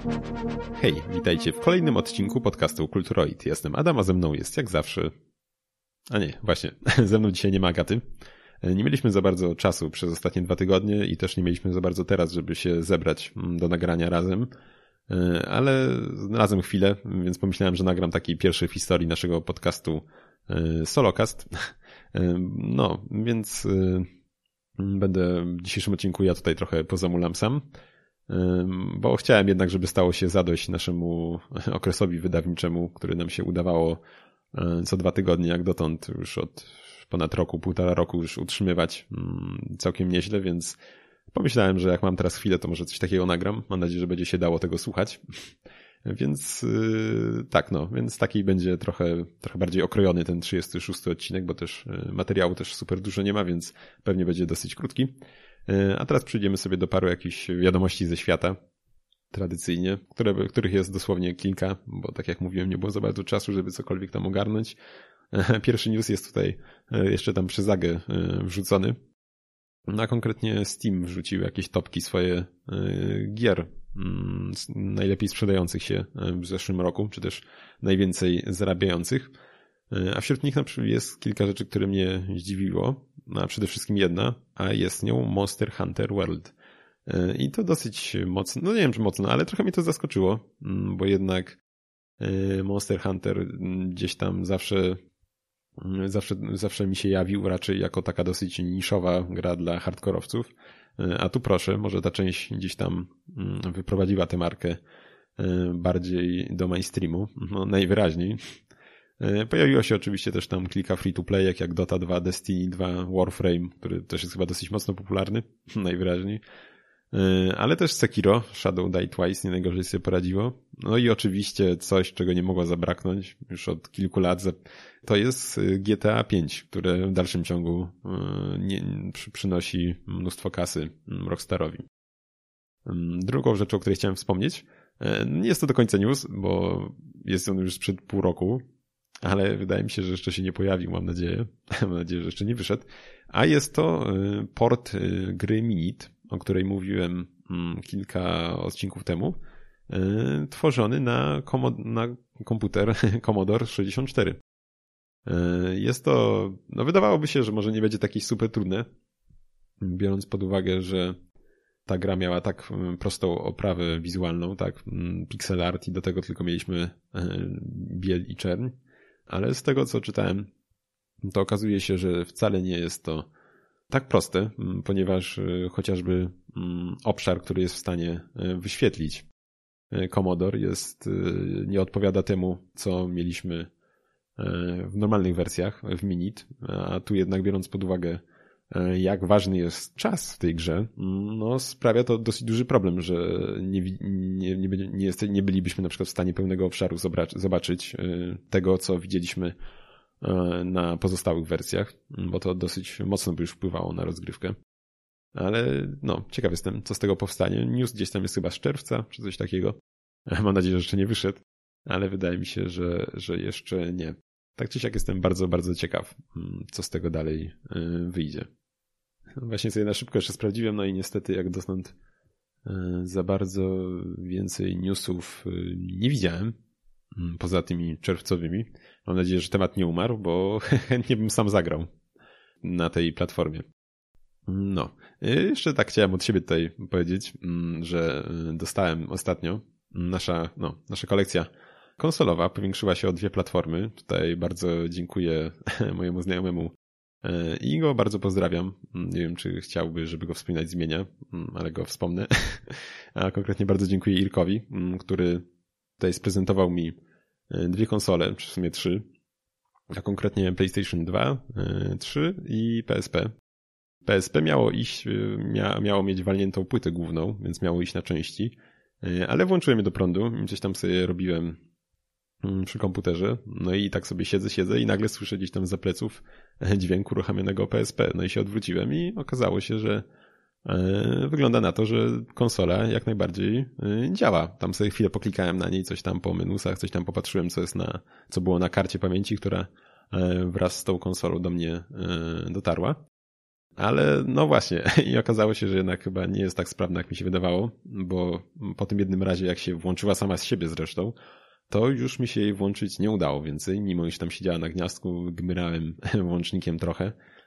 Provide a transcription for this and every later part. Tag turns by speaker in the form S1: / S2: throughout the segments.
S1: Hej, witajcie w kolejnym odcinku podcastu Kulturoid. Jestem Adam, a ze mną jest jak zawsze... A nie, właśnie, ze mną dzisiaj nie ma Agaty. Nie mieliśmy za bardzo czasu przez ostatnie 2 tygodnie i też nie mieliśmy za bardzo teraz, żeby się zebrać do nagrania razem. Ale znalazłem chwilę, więc pomyślałem, że nagram taki pierwszy w historii naszego podcastu solocast. No, więc będę w dzisiejszym odcinku ja tutaj trochę pozamulam sam, bo chciałem jednak, żeby stało się zadość naszemu okresowi wydawniczemu, który nam się udawało co 2 tygodnie, jak dotąd już od ponad roku, 1,5 roku już utrzymywać całkiem nieźle, więc pomyślałem, że jak mam teraz chwilę, to może coś takiego nagram. Mam nadzieję, że będzie się dało tego słuchać. Więc tak, no, więc taki będzie trochę bardziej okrojony ten 36 odcinek, bo też materiału też super dużo nie ma, więc pewnie będzie dosyć krótki. A teraz przejdziemy sobie do paru jakichś wiadomości ze świata, tradycyjnie, których jest dosłownie kilka, bo tak jak mówiłem, nie było za bardzo czasu, żeby cokolwiek tam ogarnąć. Pierwszy news jest tutaj jeszcze tam przy Zagę wrzucony. A konkretnie Steam wrzucił jakieś topki swoje gier najlepiej sprzedających się w zeszłym roku, czy też najwięcej zarabiających. A wśród nich na przykład jest kilka rzeczy, które mnie zdziwiło, a przede wszystkim jedna, a jest nią Monster Hunter World. I to dosyć mocno, no nie wiem czy mocno, ale trochę mnie to zaskoczyło, bo jednak Monster Hunter gdzieś tam zawsze mi się jawił raczej jako taka dosyć niszowa gra dla hardkorowców. A tu proszę, może ta część gdzieś tam wyprowadziła tę markę bardziej do mainstreamu, no najwyraźniej. Pojawiło się oczywiście też tam kilka free-to-playek jak Dota 2, Destiny 2, Warframe, który też jest chyba dosyć mocno popularny, najwyraźniej. Ale też Sekiro, Shadow Die Twice nie najgorzej sobie poradziło. No i oczywiście coś, czego nie mogło zabraknąć już od kilku lat, to jest GTA 5, które w dalszym ciągu przynosi mnóstwo kasy Rockstarowi. Drugą rzeczą, o której chciałem wspomnieć, nie jest to do końca news, bo jest on już sprzed pół roku, ale wydaje mi się, że jeszcze się nie pojawił, mam nadzieję. Mam nadzieję, że jeszcze nie wyszedł. A jest to port gry Minit, o której mówiłem kilka odcinków temu, tworzony na komputer Commodore 64. Jest to, no wydawałoby się, że może nie będzie takie super trudne, biorąc pod uwagę, że ta gra miała tak prostą oprawę wizualną, tak, pixel art i do tego tylko mieliśmy biel i czerń, ale z tego co czytałem, to okazuje się, że wcale nie jest to tak proste, ponieważ chociażby obszar, który jest w stanie wyświetlić Commodore nie odpowiada temu, co mieliśmy w normalnych wersjach, w Minit, a tu jednak biorąc pod uwagę, jak ważny jest czas w tej grze, no sprawia to dosyć duży problem, że nie bylibyśmy na przykład w stanie pełnego obszaru zobaczyć tego, co widzieliśmy na pozostałych wersjach, bo to dosyć mocno by już wpływało na rozgrywkę. Ale no, ciekaw jestem, co z tego powstanie. News gdzieś tam jest chyba z czerwca, czy coś takiego. Mam nadzieję, że jeszcze nie wyszedł, ale wydaje mi się, że jeszcze nie. Tak czy siak jestem bardzo, bardzo ciekaw, co z tego dalej wyjdzie. Właśnie sobie na szybko jeszcze sprawdziłem, no i niestety jak dotąd za bardzo więcej newsów nie widziałem, poza tymi czerwcowymi. Mam nadzieję, że temat nie umarł, bo chętnie bym sam zagrał na tej platformie. No, jeszcze tak chciałem od siebie tutaj powiedzieć, że dostałem ostatnio, nasza kolekcja konsolowa powiększyła się o 2 platformy. Tutaj bardzo dziękuję mojemu znajomemu i go bardzo pozdrawiam. Nie wiem, czy chciałby, żeby go wspominać z imienia, ale go wspomnę. A konkretnie bardzo dziękuję Irkowi, który tutaj sprezentował mi 2 konsole, czy w sumie 3, a konkretnie PlayStation 2, 3 i PSP. PSP miało mieć walniętą płytę główną, więc miało iść na części, ale włączyłem je do prądu i coś tam sobie robiłem przy komputerze, no i tak sobie siedzę i nagle słyszę gdzieś tam za pleców dźwięk uruchomionego PSP, no i się odwróciłem i okazało się, że wygląda na to, że konsola jak najbardziej działa. Tam sobie chwilę poklikałem na niej, coś tam po menusach, coś tam popatrzyłem, co było na karcie pamięci, która wraz z tą konsolą do mnie dotarła. Ale no właśnie, i okazało się, że jednak chyba nie jest tak sprawna, jak mi się wydawało, bo po tym jednym razie, jak się włączyła sama z siebie zresztą, to już mi się jej włączyć nie udało więcej, mimo iż tam siedziała na gniazdku, gmyrałem włącznikiem trochę.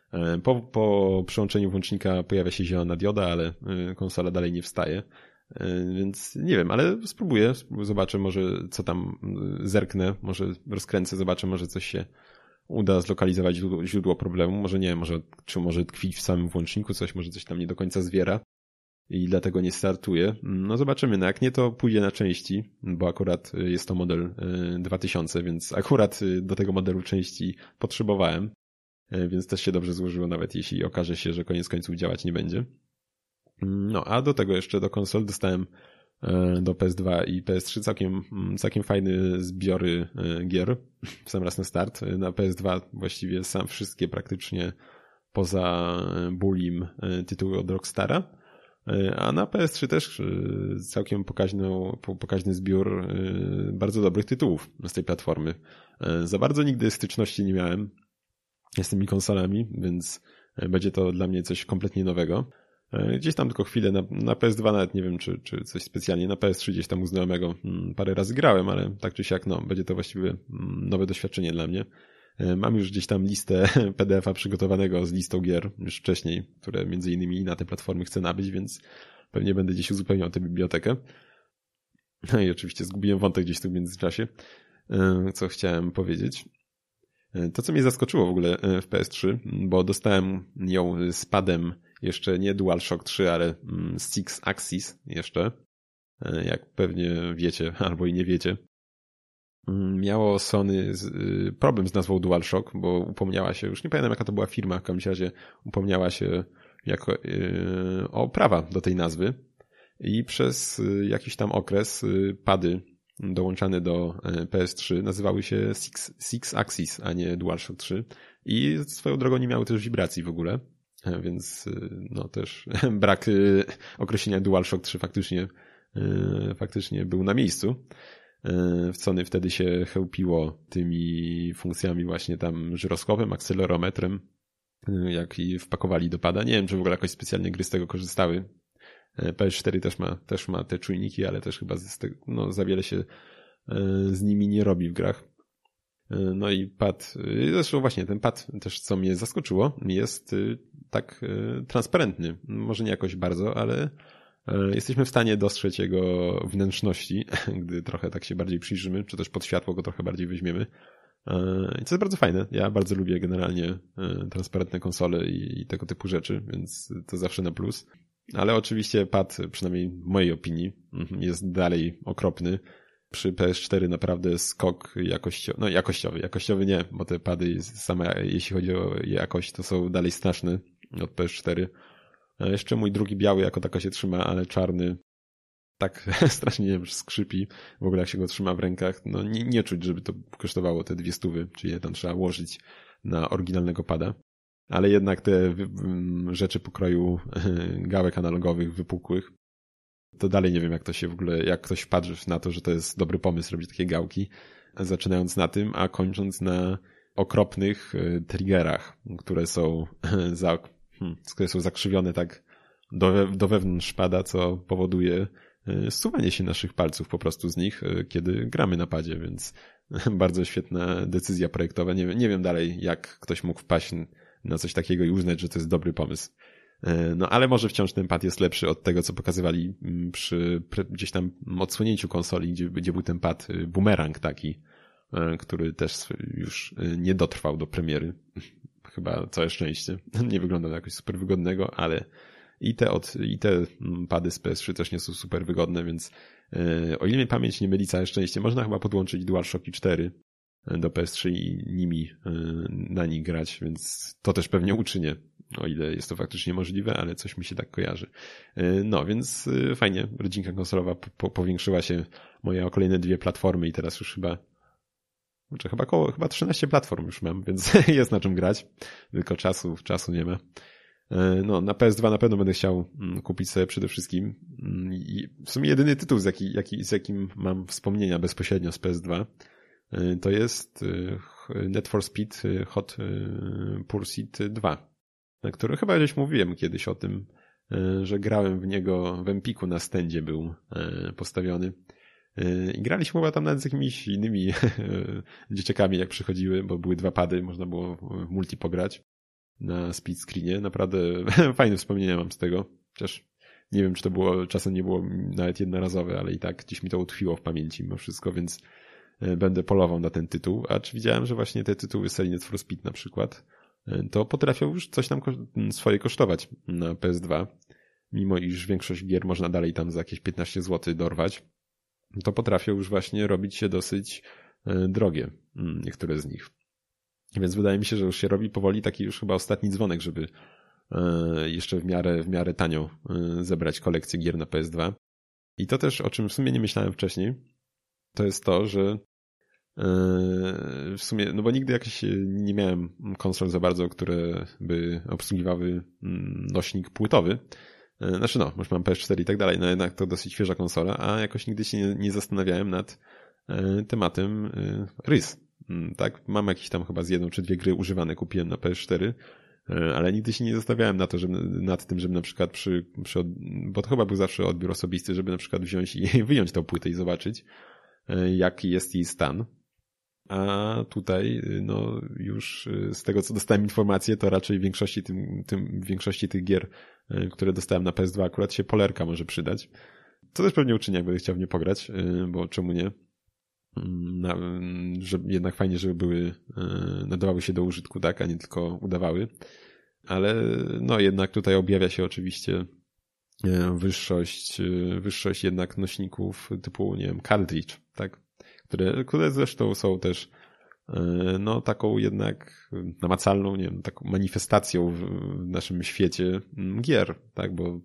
S1: Po przyłączeniu włącznika pojawia się zielona dioda, ale konsola dalej nie wstaje. Więc nie wiem, ale spróbuję, zobaczę może co tam, zerknę, może rozkręcę, zobaczę, może coś się uda zlokalizować źródło problemu, może nie, może tkwić w samym włączniku coś, może coś tam nie do końca zwiera i dlatego nie startuje. No zobaczymy, no jak nie to pójdzie na części, bo akurat jest to model 2000, więc akurat do tego modelu części potrzebowałem, więc też się dobrze złożyło, nawet jeśli okaże się, że koniec końców działać nie będzie. No a do tego jeszcze do konsol dostałem do PS2 i PS3 całkiem fajne zbiory gier w sam raz na start. Na PS2 właściwie wszystkie praktycznie poza Bullim tytuły od Rockstara, a na PS3 też całkiem pokaźny zbiór bardzo dobrych tytułów z tej platformy. Za bardzo nigdy styczności nie miałem z tymi konsolami, więc będzie to dla mnie coś kompletnie nowego. Gdzieś tam tylko chwilę, na PS2 nawet nie wiem, czy coś specjalnie, na PS3 gdzieś tam u znajomego parę razy grałem, ale tak czy siak, no, będzie to właściwie nowe doświadczenie dla mnie. Mam już gdzieś tam listę PDF-a przygotowanego z listą gier już wcześniej, które między innymi na te platformy chcę nabyć, więc pewnie będę gdzieś uzupełniał tę bibliotekę. No i oczywiście zgubiłem wątek gdzieś tu w międzyczasie, co chciałem powiedzieć. To, co mnie zaskoczyło w ogóle w PS3, bo dostałem ją z padem jeszcze nie DualShock 3, ale Six Axis jeszcze, jak pewnie wiecie albo i nie wiecie. Miało Sony problem z nazwą DualShock, bo upomniała się, już nie pamiętam jaka to była firma, w każdym razie upomniała się o prawa do tej nazwy i przez jakiś tam okres pady dołączane do PS3 nazywały się Six Axis, a nie DualShock 3 i swoją drogą nie miały też wibracji w ogóle, więc no też brak określenia DualShock 3 faktycznie był na miejscu. W Sony wtedy się chełpiło tymi funkcjami właśnie tam żyroskopem, akcelerometrem, jak i wpakowali do pada. Nie wiem, czy w ogóle jakoś specjalnie gry z tego korzystały. PS4 też ma te czujniki, ale też chyba za wiele się z nimi nie robi w grach. No i pad, zresztą właśnie ten pad też, co mnie zaskoczyło, jest tak transparentny. Może nie jakoś bardzo, ale jesteśmy w stanie dostrzec jego wnętrzności, gdy trochę tak się bardziej przyjrzymy, czy też pod światło go trochę bardziej weźmiemy. I co jest bardzo fajne. Ja bardzo lubię generalnie transparentne konsole i tego typu rzeczy, więc to zawsze na plus. Ale oczywiście pad, przynajmniej w mojej opinii, jest dalej okropny. Przy PS4 naprawdę skok jakościowy nie, bo te pady same, jeśli chodzi o jakość, to są dalej straszne od PS4. Jeszcze mój drugi biały jako tako się trzyma, ale czarny tak strasznie, nie wiem, skrzypi. W ogóle jak się go trzyma w rękach, no nie czuć, żeby to kosztowało te 200, czyli tam trzeba łożyć na oryginalnego pada. Ale jednak te rzeczy pokroju gałek analogowych, wypukłych, to dalej nie wiem, jak to się w ogóle, jak ktoś wpadł na to, że to jest dobry pomysł robić takie gałki, zaczynając na tym, a kończąc na okropnych triggerach, które są zakrzywione tak do wewnątrz pada, co powoduje zsuwanie się naszych palców po prostu z nich, kiedy gramy na padzie, więc bardzo świetna decyzja projektowa. Nie wiem dalej, jak ktoś mógł wpaść na coś takiego i uznać, że to jest dobry pomysł. No ale może wciąż ten pad jest lepszy od tego, co pokazywali przy gdzieś tam odsłonięciu konsoli, gdzie był ten pad bumerang taki, który też już nie dotrwał do premiery. Chyba całe szczęście. Nie wygląda na jakoś super wygodnego, ale i te pady z PS3 też nie są super wygodne, więc o ile mnie pamięć nie myli, całe szczęście, można chyba podłączyć DualShocki 4 do PS3 i na nich grać, więc to też pewnie uczynię, o ile jest to faktycznie możliwe, ale coś mi się tak kojarzy. No, więc fajnie, rodzinka konsolowa powiększyła się moja o kolejne 2 platformy i teraz już chyba 13 platform już mam, więc jest na czym grać, tylko czasu nie ma. No, na PS2 na pewno będę chciał kupić sobie przede wszystkim i w sumie jedyny tytuł, z jakim mam wspomnienia bezpośrednio z PS2, to jest Need for Speed Hot Pursuit 2. który chyba gdzieś mówiłem kiedyś o tym, że grałem w niego w Empiku na stędzie był postawiony. I graliśmy chyba tam nawet z jakimiś innymi dzieciakami, jak przychodziły, bo były 2 pady, można było w multi pograć na split screenie. Naprawdę fajne wspomnienia mam z tego. Chociaż nie wiem, czy to było, czasem nie było nawet jednorazowe, ale i tak gdzieś mi to utkwiło w pamięci mimo wszystko, więc będę polował na ten tytuł. A czy widziałem, że właśnie te tytuły serii Need for Speed na przykład, to potrafią już coś tam swoje kosztować na PS2. Mimo iż większość gier można dalej tam za jakieś 15 zł dorwać, to potrafią już właśnie robić się dosyć drogie, niektóre z nich. Więc wydaje mi się, że już się robi powoli taki już chyba ostatni dzwonek, żeby jeszcze w miarę tanio zebrać kolekcję gier na PS2. I to też, o czym w sumie nie myślałem wcześniej, to jest to, że w sumie, no bo nigdy jakoś nie miałem konsol za bardzo, które by obsługiwały nośnik płytowy. Znaczy już mam PS4 i tak dalej, no jednak to dosyć świeża konsola, a jakoś nigdy się nie zastanawiałem nad tematem rys. Tak, mam jakieś tam chyba z 1 czy 2 gry używane kupiłem na PS4, ale nigdy się nie zastanawiałem nad tym, żeby na przykład bo to chyba był zawsze odbiór osobisty, żeby na przykład wziąć i wyjąć tą płytę i zobaczyć, jaki jest jej stan. A tutaj, no już z tego, co dostałem informację, to raczej w większości tych gier, które dostałem na PS2, akurat się polerka może przydać. Co też pewnie uczynię, jak będę chciał w nie pograć, bo czemu nie? Że jednak fajnie, żeby nadawały się do użytku, tak, a nie tylko udawały. Ale no jednak tutaj objawia się oczywiście wyższość jednak nośników typu, nie wiem, cartridge, tak? Które zresztą są też no taką jednak namacalną, nie wiem, taką manifestacją w naszym świecie gier, tak? Bo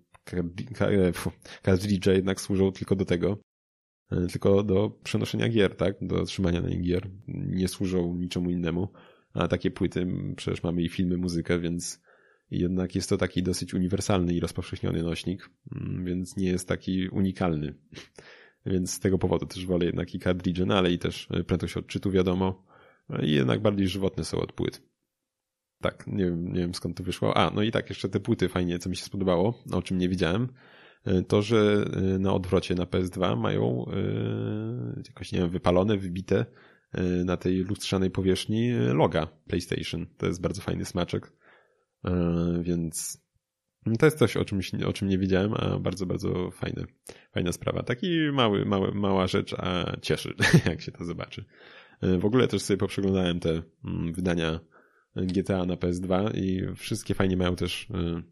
S1: cartridge jednak służą tylko do tego, tylko do przenoszenia gier, tak? Do trzymania na nich gier. Nie służą niczemu innemu. A takie płyty, przecież mamy i filmy, muzykę, więc jednak jest to taki dosyć uniwersalny i rozpowszechniony nośnik, więc nie jest taki unikalny. Więc z tego powodu też wolę jednak i cartridge, no ale i też prędkość odczytu, wiadomo. I jednak bardziej żywotne są od płyt. Tak, nie wiem skąd to wyszło. No i tak, jeszcze te płyty fajnie, co mi się spodobało, o czym nie wiedziałem, to, że na odwrocie na PS2 mają jakoś, nie wiem, wypalone, wybite na tej lustrzanej powierzchni loga PlayStation. To jest bardzo fajny smaczek, więc to jest coś, o czym nie wiedziałem, a bardzo, bardzo fajna sprawa. Taki mała rzecz, a cieszy, jak się to zobaczy. W ogóle też sobie poprzeglądałem te wydania GTA na PS2 i wszystkie fajnie mają też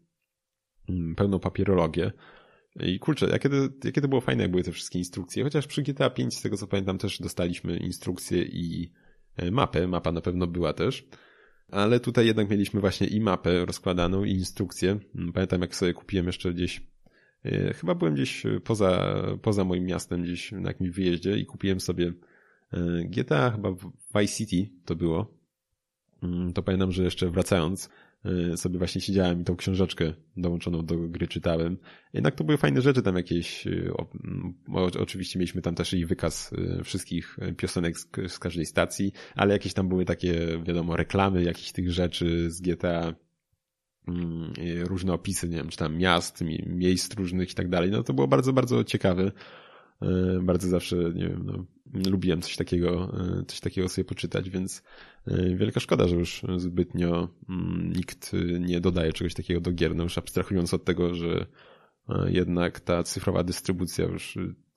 S1: pełną papierologię. I kurczę, jakie to było fajne, jak były te wszystkie instrukcje. Chociaż przy GTA 5, z tego co pamiętam, też dostaliśmy instrukcje i mapę. Mapa na pewno była też. Ale tutaj jednak mieliśmy właśnie i mapę rozkładaną, i instrukcję. Pamiętam, jak sobie kupiłem jeszcze gdzieś, chyba byłem gdzieś poza moim miastem, gdzieś na jakimś wyjeździe i kupiłem sobie GTA, chyba w Vice City to było. To pamiętam, że jeszcze wracając sobie właśnie siedziałem i tą książeczkę dołączoną do gry czytałem. Jednak to były fajne rzeczy tam jakieś. Oczywiście mieliśmy tam też i wykaz wszystkich piosenek z każdej stacji, ale jakieś tam były takie, wiadomo, reklamy jakichś tych rzeczy z GTA, różne opisy, nie wiem, czy tam miast, miejsc różnych i tak dalej. No to było bardzo, bardzo ciekawe. Bardzo zawsze, nie wiem, lubiłem coś takiego sobie poczytać, więc wielka szkoda, że już zbytnio nikt nie dodaje czegoś takiego do gier, no już abstrahując od tego, że jednak ta cyfrowa dystrybucja już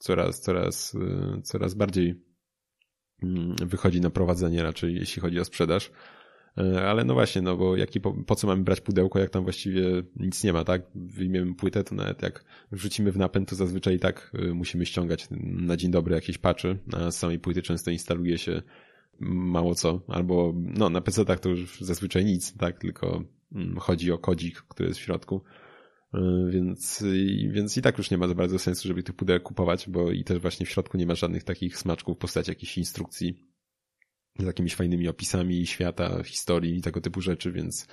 S1: coraz bardziej wychodzi na prowadzenie raczej, jeśli chodzi o sprzedaż. Ale no właśnie, no bo po co mamy brać pudełko, jak tam właściwie nic nie ma, tak? Wyjmiemy płytę, to nawet jak wrzucimy w napęd, to zazwyczaj tak musimy ściągać na dzień dobry jakieś patche, a z samej płyty często instaluje się mało co, albo no na PC-tach to już zazwyczaj nic, tak? Tylko chodzi o kodzik, który jest w środku. Więc i tak już nie ma za bardzo sensu, żeby tych pudełek kupować, bo i też właśnie w środku nie ma żadnych takich smaczków w postaci jakichś instrukcji z jakimiś fajnymi opisami świata, historii i tego typu rzeczy, więc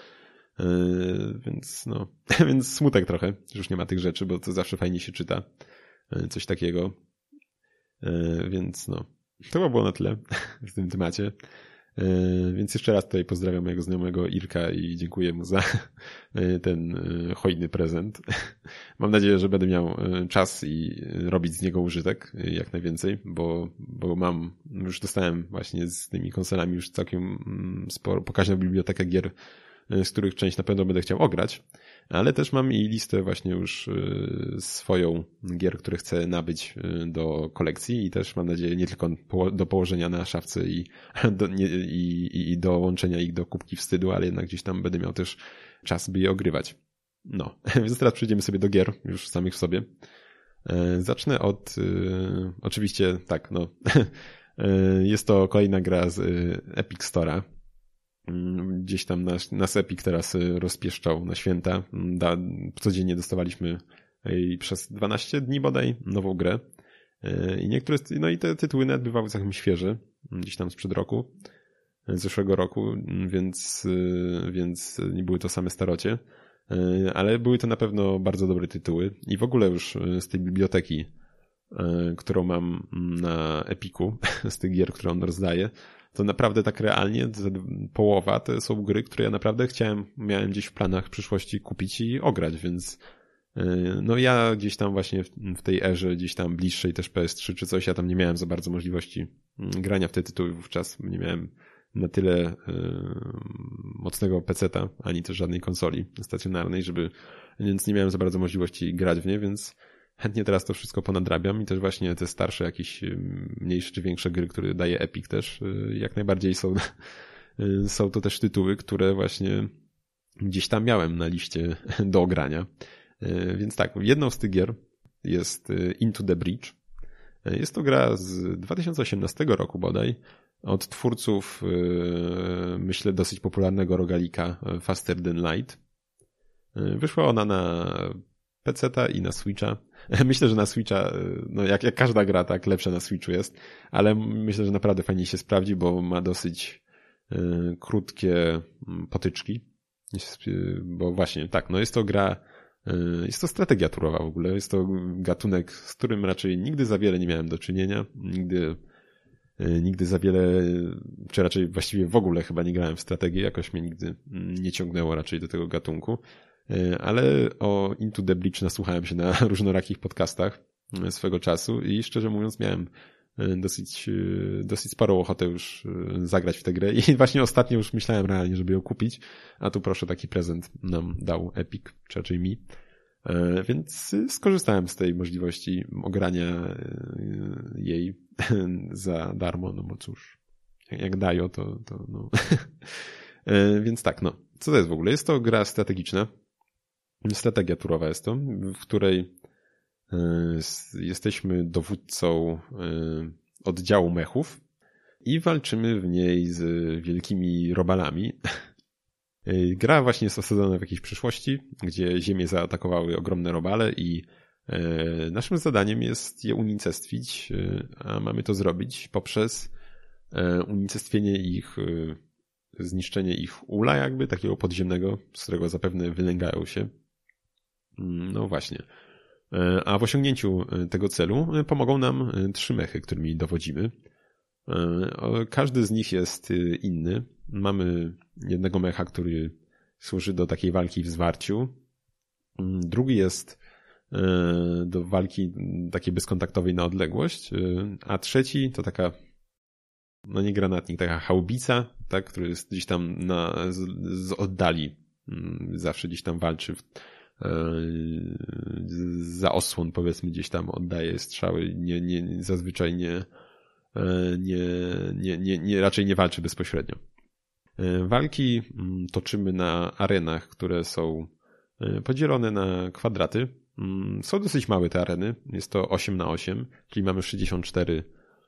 S1: no, więc smutek trochę, że już nie ma tych rzeczy, bo to zawsze fajnie się czyta coś takiego. Więc no, to chyba było na tyle w tym temacie. Więc jeszcze raz tutaj pozdrawiam mojego znajomego Irka i dziękuję mu za ten hojny prezent. Mam nadzieję, że będę miał czas i robić z niego użytek jak najwięcej, bo już dostałem właśnie z tymi konsolami już całkiem sporo, pokaźną bibliotekę gier, z których część na pewno będę chciał ograć, ale też mam i listę właśnie już swoją gier, które chcę nabyć do kolekcji i też mam nadzieję nie tylko do położenia na szafce i do łączenia ich do kubki wstydu, ale jednak gdzieś tam będę miał też czas, by je ogrywać. No, więc teraz przejdziemy sobie do gier już samych w sobie. Zacznę od, oczywiście tak, no, jest to kolejna gra z Epic Store'a. Gdzieś tam nas Epic teraz rozpieszczał na święta. Codziennie dostawaliśmy przez 12 dni bodaj nową grę. I niektóre, no i te tytuły nawet bywały całkiem świeże, gdzieś tam sprzed roku, zeszłego roku, więc nie były to same starocie. Ale były to na pewno bardzo dobre tytuły i w ogóle już z tej biblioteki, którą mam na Epiku, z tych gier, które on rozdaje, to naprawdę tak realnie połowa to są gry, które ja naprawdę miałem gdzieś w planach w przyszłości kupić i ograć, więc no ja gdzieś tam właśnie w tej erze gdzieś tam bliższej też PS3 czy coś, ja tam nie miałem za bardzo możliwości grania w te tytuły wówczas, nie miałem na tyle mocnego peceta, ani też żadnej konsoli stacjonarnej, więc nie miałem za bardzo możliwości grać w nie, więc chętnie teraz to wszystko ponadrabiam i też właśnie te starsze jakieś mniejsze czy większe gry, które daje Epic też, jak najbardziej są to też tytuły, które właśnie gdzieś tam miałem na liście do ogrania. Więc tak, jedną z tych gier jest Into the Breach. Jest to gra z 2018 roku bodaj, od twórców, myślę, dosyć popularnego rogalika Faster Than Light. Wyszła ona na PC-ta i na Switcha. Myślę, że na Switcha, no jak każda gra, tak, lepsza na Switchu jest, ale myślę, że naprawdę fajnie się sprawdzi, bo ma dosyć krótkie potyczki. Bo właśnie, tak, no jest to gra, jest to strategia turowa w ogóle, jest to gatunek, z którym raczej nigdy za wiele nie miałem do czynienia, nigdy za wiele, czy raczej właściwie w ogóle chyba nie grałem w strategię, jakoś mnie nigdy nie ciągnęło raczej do tego gatunku, ale o Into the Breach nasłuchałem się na różnorakich podcastach swego czasu i szczerze mówiąc miałem dosyć sporą ochotę już zagrać w tę grę i właśnie ostatnio już myślałem realnie, żeby ją kupić, a tu proszę taki prezent nam dał Epic, czy raczej mi. Więc skorzystałem z tej możliwości ogrania jej za darmo, no bo cóż, jak dają, to no. Więc tak, no. Co to jest w ogóle? Jest to gra strategiczna. Strategia turowa jest to, w której jesteśmy dowódcą oddziału mechów i walczymy w niej z wielkimi robalami. Gra właśnie jest osadzona w jakiejś przyszłości, gdzie Ziemię zaatakowały ogromne robale i naszym zadaniem jest je unicestwić, a mamy to zrobić poprzez unicestwienie ich, zniszczenie ich ula jakby, takiego podziemnego, z którego zapewne wylęgają się. No właśnie. A w osiągnięciu tego celu pomogą nam 3 mechy, którymi dowodzimy. Każdy z nich jest inny. Mamy jednego mecha, który służy do takiej walki w zwarciu. Drugi jest do walki takiej bezkontaktowej na odległość. A trzeci to taka, no nie granatnik, taka haubica, tak, który jest gdzieś tam z oddali. Zawsze gdzieś tam walczy za osłon, powiedzmy, gdzieś tam oddaje strzały. Zazwyczaj raczej nie walczy bezpośrednio. Walki toczymy na arenach, które są podzielone na kwadraty. Są dosyć małe te areny. Jest to 8x8, czyli mamy 64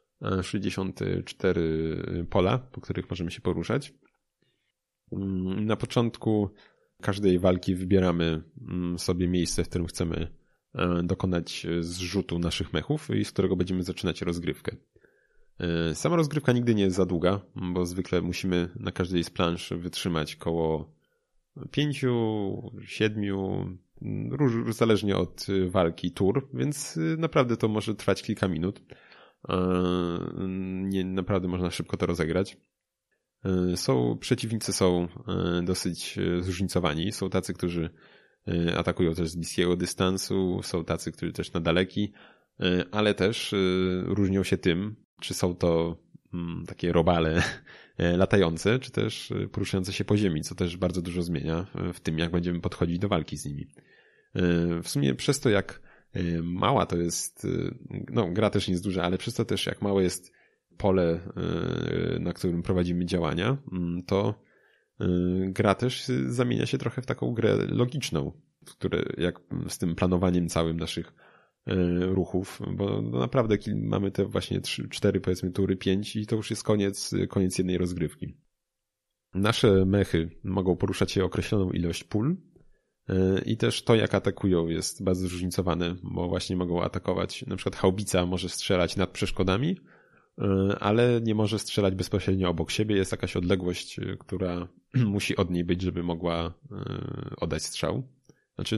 S1: pola, po których możemy się poruszać. Na początku każdej walki wybieramy sobie miejsce, w którym chcemy dokonać zrzutu naszych mechów i z którego będziemy zaczynać rozgrywkę. Sama rozgrywka nigdy nie jest za długa, bo zwykle musimy na każdej z plansz wytrzymać koło 5, 7, zależnie od walki, tur, więc naprawdę to może trwać kilka minut. Naprawdę można szybko to rozegrać. Przeciwnicy są dosyć zróżnicowani. Są tacy, którzy atakują też z bliskiego dystansu, są tacy, którzy też na daleki, ale też różnią się tym, czy są to takie robale latające, czy też poruszające się po ziemi, co też bardzo dużo zmienia w tym, jak będziemy podchodzić do walki z nimi. W sumie przez to, jak mała to jest, gra też nie jest duża, ale przez to też, jak małe jest pole, na którym prowadzimy działania, to gra też zamienia się trochę w taką grę logiczną, jak z tym planowaniem całym naszych ruchów, bo naprawdę mamy te właśnie 4 powiedzmy tury, 5 i to już jest koniec jednej rozgrywki. Nasze mechy mogą poruszać się określoną ilość pól i też to, jak atakują, jest bardzo zróżnicowane, bo właśnie mogą atakować, na przykład haubica może strzelać nad przeszkodami, ale nie może strzelać bezpośrednio obok siebie. Jest jakaś odległość, która musi od niej być, żeby mogła oddać strzał. Znaczy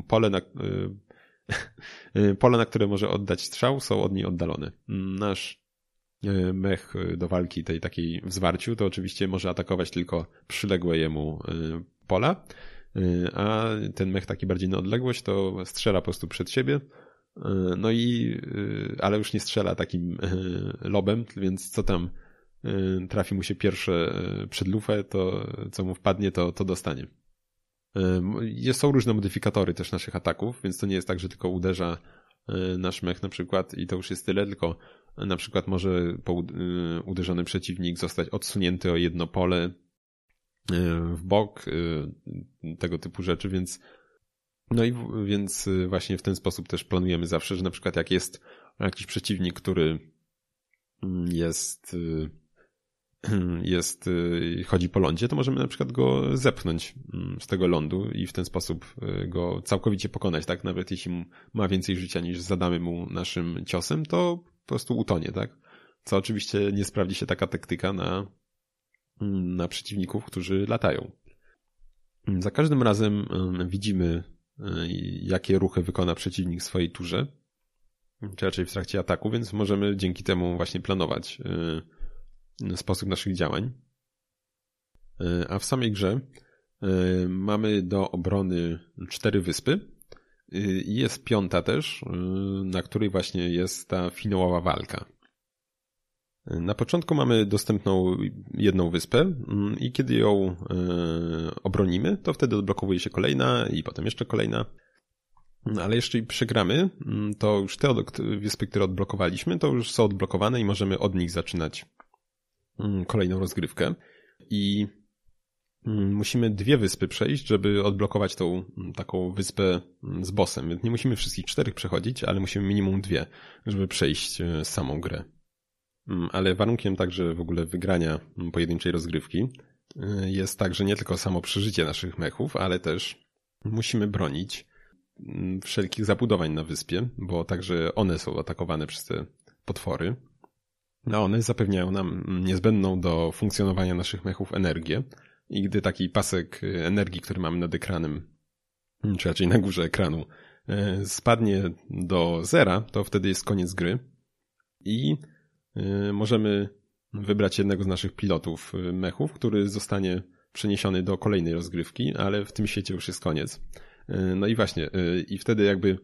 S1: pole, na które może oddać strzał, są od niej oddalone. Nasz mech do walki tej takiej w zwarciu to oczywiście może atakować tylko przyległe jemu pola, a ten mech taki bardziej na odległość to strzela po prostu przed siebie. Ale już nie strzela takim lobem, więc co tam trafi mu się pierwsze przed lufę, to co mu wpadnie, to dostanie. Są różne modyfikatory też naszych ataków, więc to nie jest tak, że tylko uderza nasz mech na przykład i to już jest tyle, tylko na przykład może uderzony przeciwnik zostać odsunięty o jedno pole w bok, tego typu rzeczy, więc właśnie w ten sposób też planujemy zawsze, że na przykład jak jest jakiś przeciwnik, który chodzi po lądzie, to możemy na przykład go zepchnąć z tego lądu i w ten sposób go całkowicie pokonać, tak? Nawet jeśli ma więcej życia niż zadamy mu naszym ciosem, to po prostu utonie, tak? Co oczywiście nie sprawdzi się taka taktyka na przeciwników, którzy latają. Za każdym razem widzimy, jakie ruchy wykona przeciwnik w swojej turze, czy raczej w trakcie ataku, więc możemy dzięki temu właśnie planować sposób naszych działań. A w samej grze mamy do obrony 4 wyspy i jest 5 też, na której właśnie jest ta finałowa walka. Na początku mamy dostępną jedną wyspę i kiedy ją obronimy, to wtedy odblokowuje się kolejna i potem jeszcze kolejna. Ale jeśli przegramy, to już te wyspy, które odblokowaliśmy, to już są odblokowane i możemy od nich zaczynać kolejną rozgrywkę. I musimy 2 wyspy przejść, żeby odblokować tą taką wyspę z bossem. Więc nie musimy wszystkich 4 przechodzić, ale musimy minimum 2, żeby przejść samą grę. Ale warunkiem także w ogóle wygrania pojedynczej rozgrywki jest także nie tylko samo przeżycie naszych mechów, ale też musimy bronić wszelkich zabudowań na wyspie, bo także one są atakowane przez te potwory. A one zapewniają nam niezbędną do funkcjonowania naszych mechów energię i gdy taki pasek energii, który mamy nad ekranem, czy raczej na górze ekranu, spadnie do 0, to wtedy jest koniec gry i możemy wybrać jednego z naszych pilotów mechów, który zostanie przeniesiony do kolejnej rozgrywki, ale w tym świecie już jest koniec. No i właśnie, i wtedy jakby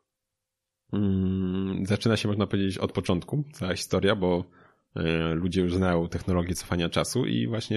S1: zaczyna się, można powiedzieć, od początku cała historia, bo ludzie już znają technologię cofania czasu i właśnie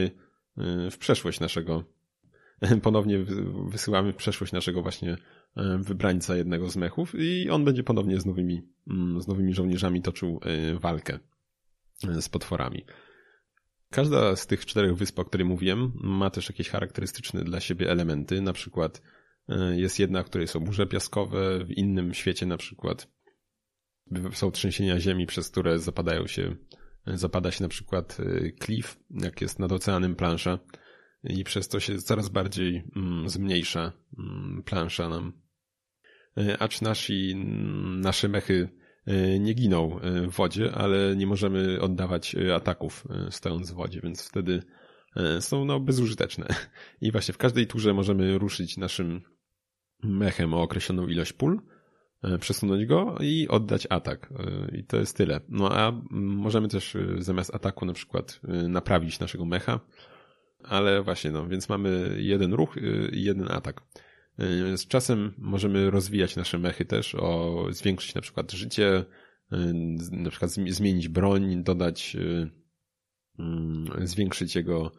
S1: ponownie wysyłamy w przeszłość naszego właśnie wybrańca jednego z mechów i on będzie ponownie z nowymi żołnierzami toczył walkę z potworami. Każda z tych 4 wysp, o której mówiłem, ma też jakieś charakterystyczne dla siebie elementy. Na przykład jest jedna, w której są burze piaskowe, w innym świecie na przykład są trzęsienia ziemi, przez które zapada się na przykład klif, jak jest nad oceanem plansza i przez to się coraz bardziej zmniejsza plansza nam. Acz nasze mechy nie giną w wodzie, ale nie możemy oddawać ataków stojąc w wodzie, więc wtedy są bezużyteczne. I właśnie w każdej turze możemy ruszyć naszym mechem o określoną ilość pól przesunąć go i oddać atak. I to jest tyle. No a możemy też zamiast ataku na przykład naprawić naszego mecha, ale właśnie, no, więc mamy jeden ruch i jeden atak. Z czasem możemy rozwijać nasze mechy też, zwiększyć na przykład życie, na przykład zmienić broń, dodać, zwiększyć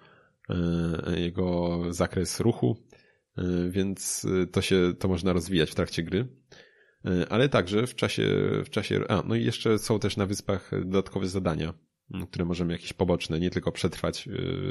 S1: jego zakres ruchu, więc to można rozwijać w trakcie gry. Ale także w czasie, no i jeszcze są też na wyspach dodatkowe zadania, które możemy jakieś poboczne, nie tylko przetrwać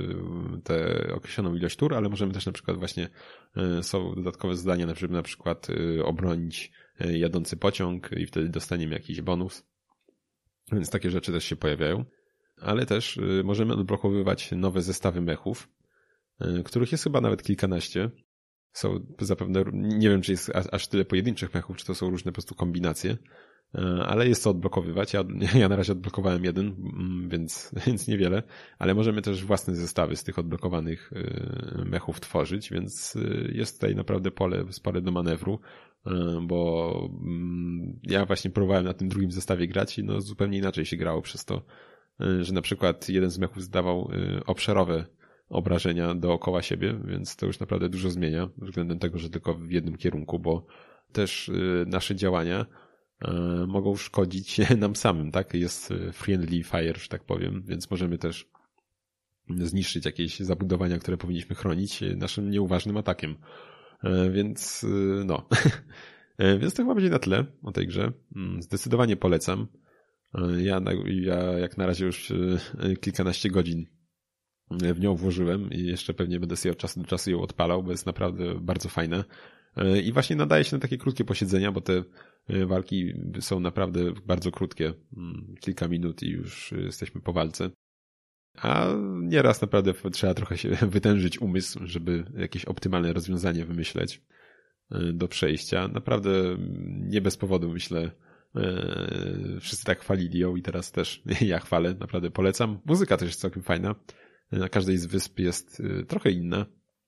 S1: tę określoną ilość tur, ale możemy też na przykład właśnie, są dodatkowe zadania, żeby na przykład obronić jadący pociąg i wtedy dostaniemy jakiś bonus. Więc takie rzeczy też się pojawiają. Ale też możemy odblokowywać nowe zestawy mechów, których jest chyba nawet kilkanaście. Są zapewne, nie wiem czy jest aż tyle pojedynczych mechów, czy to są różne po prostu kombinacje, ale jest co odblokowywać. Ja na razie odblokowałem jeden, więc niewiele, ale możemy też własne zestawy z tych odblokowanych mechów tworzyć, więc jest tutaj naprawdę spore do manewru, bo ja właśnie próbowałem na tym drugim zestawie grać i no zupełnie inaczej się grało przez to, że na przykład jeden z mechów zdawał obszarowe obrażenia dookoła siebie, więc to już naprawdę dużo zmienia względem tego, że tylko w jednym kierunku, bo też nasze działania mogą szkodzić nam samym, tak? Jest friendly fire, że tak powiem, więc możemy też zniszczyć jakieś zabudowania, które powinniśmy chronić naszym nieuważnym atakiem. Więc no. Więc to chyba będzie na tyle o tej grze. Zdecydowanie polecam. Ja jak na razie już kilkanaście godzin w nią włożyłem i jeszcze pewnie będę sobie od czasu do czasu ją odpalał, bo jest naprawdę bardzo fajne. I właśnie nadaje się na takie krótkie posiedzenia, bo te walki są naprawdę bardzo krótkie. Kilka minut i już jesteśmy po walce. A nieraz naprawdę trzeba trochę się wytężyć umysł, żeby jakieś optymalne rozwiązanie wymyśleć do przejścia. Naprawdę nie bez powodu, myślę, wszyscy tak chwalili ją i teraz też ja chwalę, naprawdę polecam. Muzyka też jest całkiem fajna. Na każdej z wysp jest trochę inna,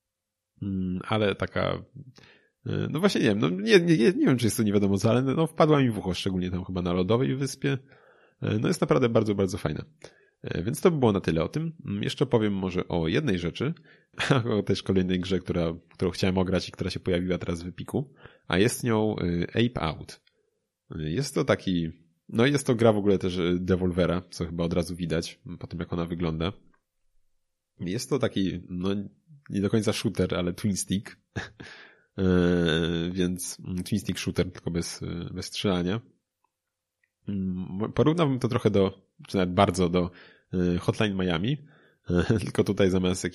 S1: ale taka, no właśnie nie wiem, no nie wiem, czy jest to nie wiadomo co, ale no wpadła mi w ucho, szczególnie tam chyba na lodowej wyspie. No jest naprawdę bardzo, bardzo fajna. Więc to by było na tyle o tym. Jeszcze powiem może o jednej rzeczy, o też kolejnej grze, którą chciałem ograć i która się pojawiła teraz w Epiku, a jest nią Ape Out. Jest to jest to gra w ogóle też Devolvera, co chyba od razu widać po tym, jak ona wygląda. Jest to taki, no nie do końca shooter, ale twin stick, więc twin stick shooter, tylko bez strzelania. Porównałbym to trochę czy nawet bardzo do Hotline Miami, tylko tutaj zamiast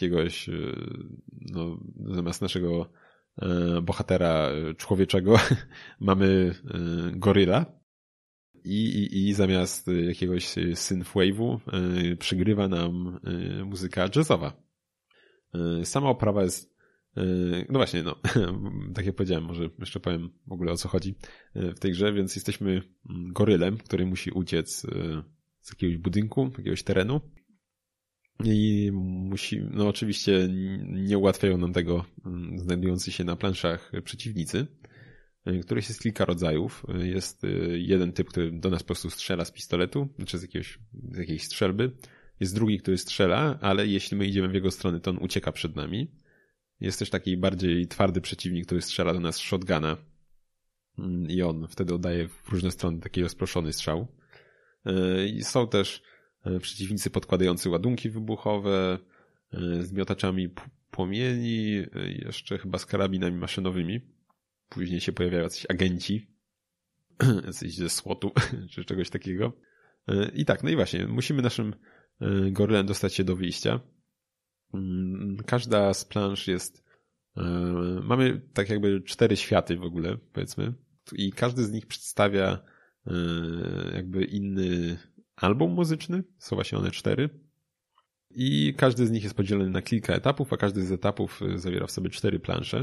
S1: zamiast naszego bohatera człowieczego mamy goryla i zamiast jakiegoś synthwave'u przygrywa nam muzyka jazzowa. Sama oprawa jest, no właśnie, no, tak jak powiedziałem, może jeszcze powiem w ogóle o co chodzi w tej grze, więc jesteśmy gorylem, który musi uciec z jakiegoś budynku, jakiegoś terenu i no oczywiście nie ułatwiają nam tego znajdujący się na planszach przeciwnicy, których jest kilka rodzajów. Jest jeden typ, który do nas po prostu strzela z pistoletu, czy z jakiejś strzelby. Jest drugi, który strzela, ale jeśli my idziemy w jego stronę, to on ucieka przed nami. Jest też taki bardziej twardy przeciwnik, który strzela do nas z shotguna i on wtedy oddaje w różne strony taki rozproszony strzał. I są też przeciwnicy podkładający ładunki wybuchowe z miotaczami płomieni, jeszcze chyba z karabinami maszynowymi. Później się pojawiają jacyś agenci, jacyś ze SWAT-u, czy czegoś takiego. I tak, no i właśnie, musimy naszym gorylem dostać się do wyjścia. Każda z plansz mamy tak jakby 4 światy w ogóle, powiedzmy, i każdy z nich przedstawia jakby inny album muzyczny, są właśnie one 4. I każdy z nich jest podzielony na kilka etapów, a każdy z etapów zawiera w sobie 4 plansze.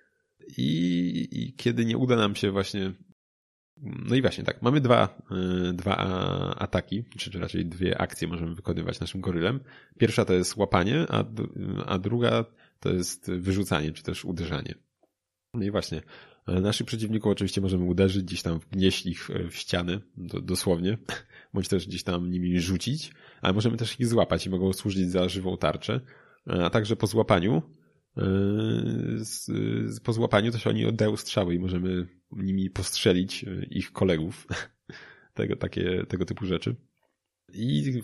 S1: I kiedy nie uda nam się właśnie... No i właśnie tak, mamy dwa ataki, czy raczej 2 akcje możemy wykonywać naszym gorylem. Pierwsza to jest łapanie, a druga to jest wyrzucanie, czy też uderzanie. No i właśnie, Naszych przeciwników oczywiście możemy uderzyć, gdzieś tam wgnieść ich w ściany, dosłownie, bądź też gdzieś tam nimi rzucić, ale możemy też ich złapać i mogą służyć za żywą tarczę, a także po złapaniu to się oni oddają strzały i możemy nimi postrzelić ich kolegów, tego typu rzeczy. I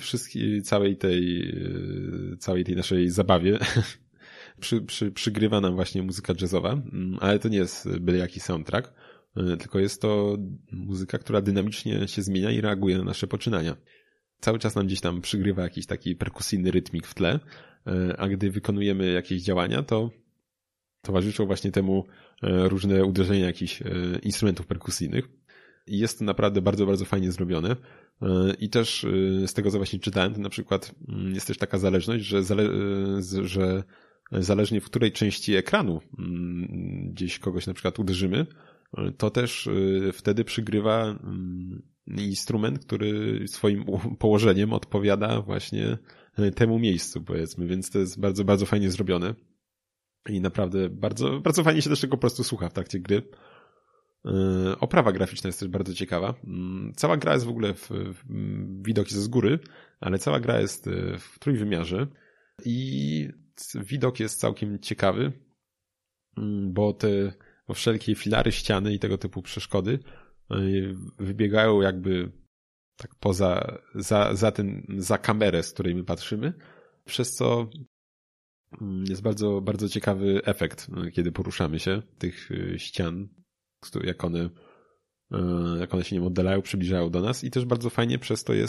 S1: całej tej naszej zabawie przygrywa nam właśnie muzyka jazzowa, ale to nie jest byle jaki soundtrack, tylko jest to muzyka, która dynamicznie się zmienia i reaguje na nasze poczynania. Cały czas nam gdzieś tam przygrywa jakiś taki perkusyjny rytmik w tle, a gdy wykonujemy jakieś działania, to towarzyszą właśnie temu różne uderzenia jakichś instrumentów perkusyjnych. I jest to naprawdę bardzo, bardzo fajnie zrobione. I też z tego, co właśnie czytałem, to na przykład jest też taka zależność, że zależnie w której części ekranu gdzieś kogoś na przykład uderzymy, to też wtedy przygrywa instrument, który swoim położeniem odpowiada właśnie temu miejscu, powiedzmy, więc to jest bardzo, bardzo fajnie zrobione i naprawdę bardzo, bardzo fajnie się też tego po prostu słucha w trakcie gry. Oprawa graficzna jest też bardzo ciekawa. Cała gra jest w ogóle widok jest z góry, ale cała gra jest w trójwymiarze i widok jest całkiem ciekawy, bo wszelkie filary, ściany i tego typu przeszkody wybiegają jakby tak za kamerę, z której my patrzymy, przez co jest bardzo, bardzo ciekawy efekt, kiedy poruszamy się tych ścian, jak one się nie oddalają, przybliżają do nas i też bardzo fajnie przez to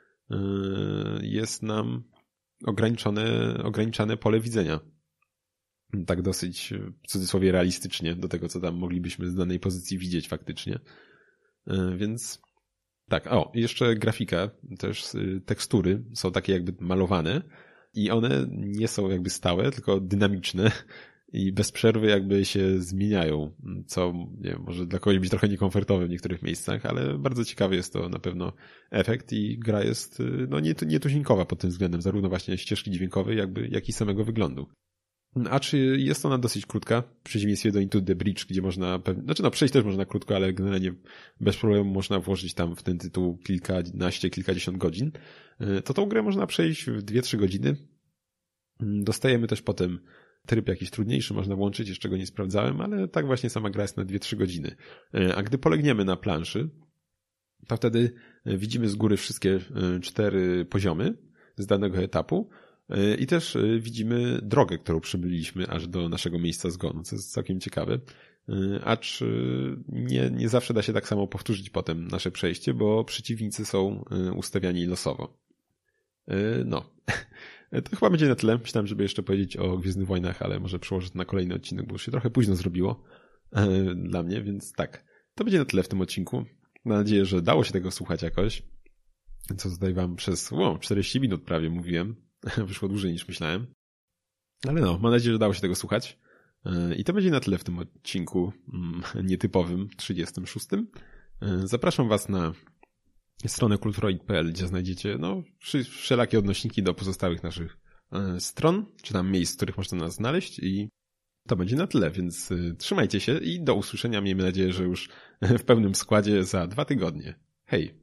S1: jest nam ograniczane pole widzenia. Tak dosyć w cudzysłowie realistycznie do tego, co tam moglibyśmy z danej pozycji widzieć faktycznie. Więc tak, jeszcze grafika, też tekstury są takie jakby malowane i one nie są jakby stałe, tylko dynamiczne i bez przerwy jakby się zmieniają, co nie wiem, może dla kogoś być trochę niekomfortowe w niektórych miejscach, ale bardzo ciekawy jest to na pewno efekt i gra jest nietuzinkowa pod tym względem, zarówno właśnie ścieżki dźwiękowej, jak i samego wyglądu. A czy jest ona dosyć krótka, w przeciwieństwie do Into the Breach, gdzie można przejść też można krótko, ale generalnie bez problemu można włożyć tam w ten tytuł kilkadziesiąt godzin, to tą grę można przejść w 2-3 godziny. Dostajemy też potem tryb jakiś trudniejszy, można włączyć, jeszcze go nie sprawdzałem, ale tak właśnie sama gra jest na 2-3 godziny. A gdy polegniemy na planszy, to wtedy widzimy z góry wszystkie 4 poziomy z danego etapu i też widzimy drogę, którą przybyliśmy aż do naszego miejsca zgonu, co jest całkiem ciekawe. Acz nie zawsze da się tak samo powtórzyć potem nasze przejście, bo przeciwnicy są ustawiani losowo. To chyba będzie na tyle. Myślałem, żeby jeszcze powiedzieć o Gwiezdnych Wojnach, ale może przełożę to na kolejny odcinek, bo już się trochę późno zrobiło dla mnie, więc tak. To będzie na tyle w tym odcinku. Mam nadzieję, że dało się tego słuchać jakoś. Co tutaj wam przez 40 minut prawie mówiłem. Wyszło dłużej niż myślałem. Ale mam nadzieję, że dało się tego słuchać. I to będzie na tyle w tym odcinku nietypowym, 36. Zapraszam was na stronę kulturoid.pl, gdzie znajdziecie wszelakie odnośniki do pozostałych naszych stron, czy tam miejsc, w których można nas znaleźć i to będzie na tyle, więc trzymajcie się i do usłyszenia, miejmy nadzieję, że już w pełnym składzie za 2 tygodnie. Hej!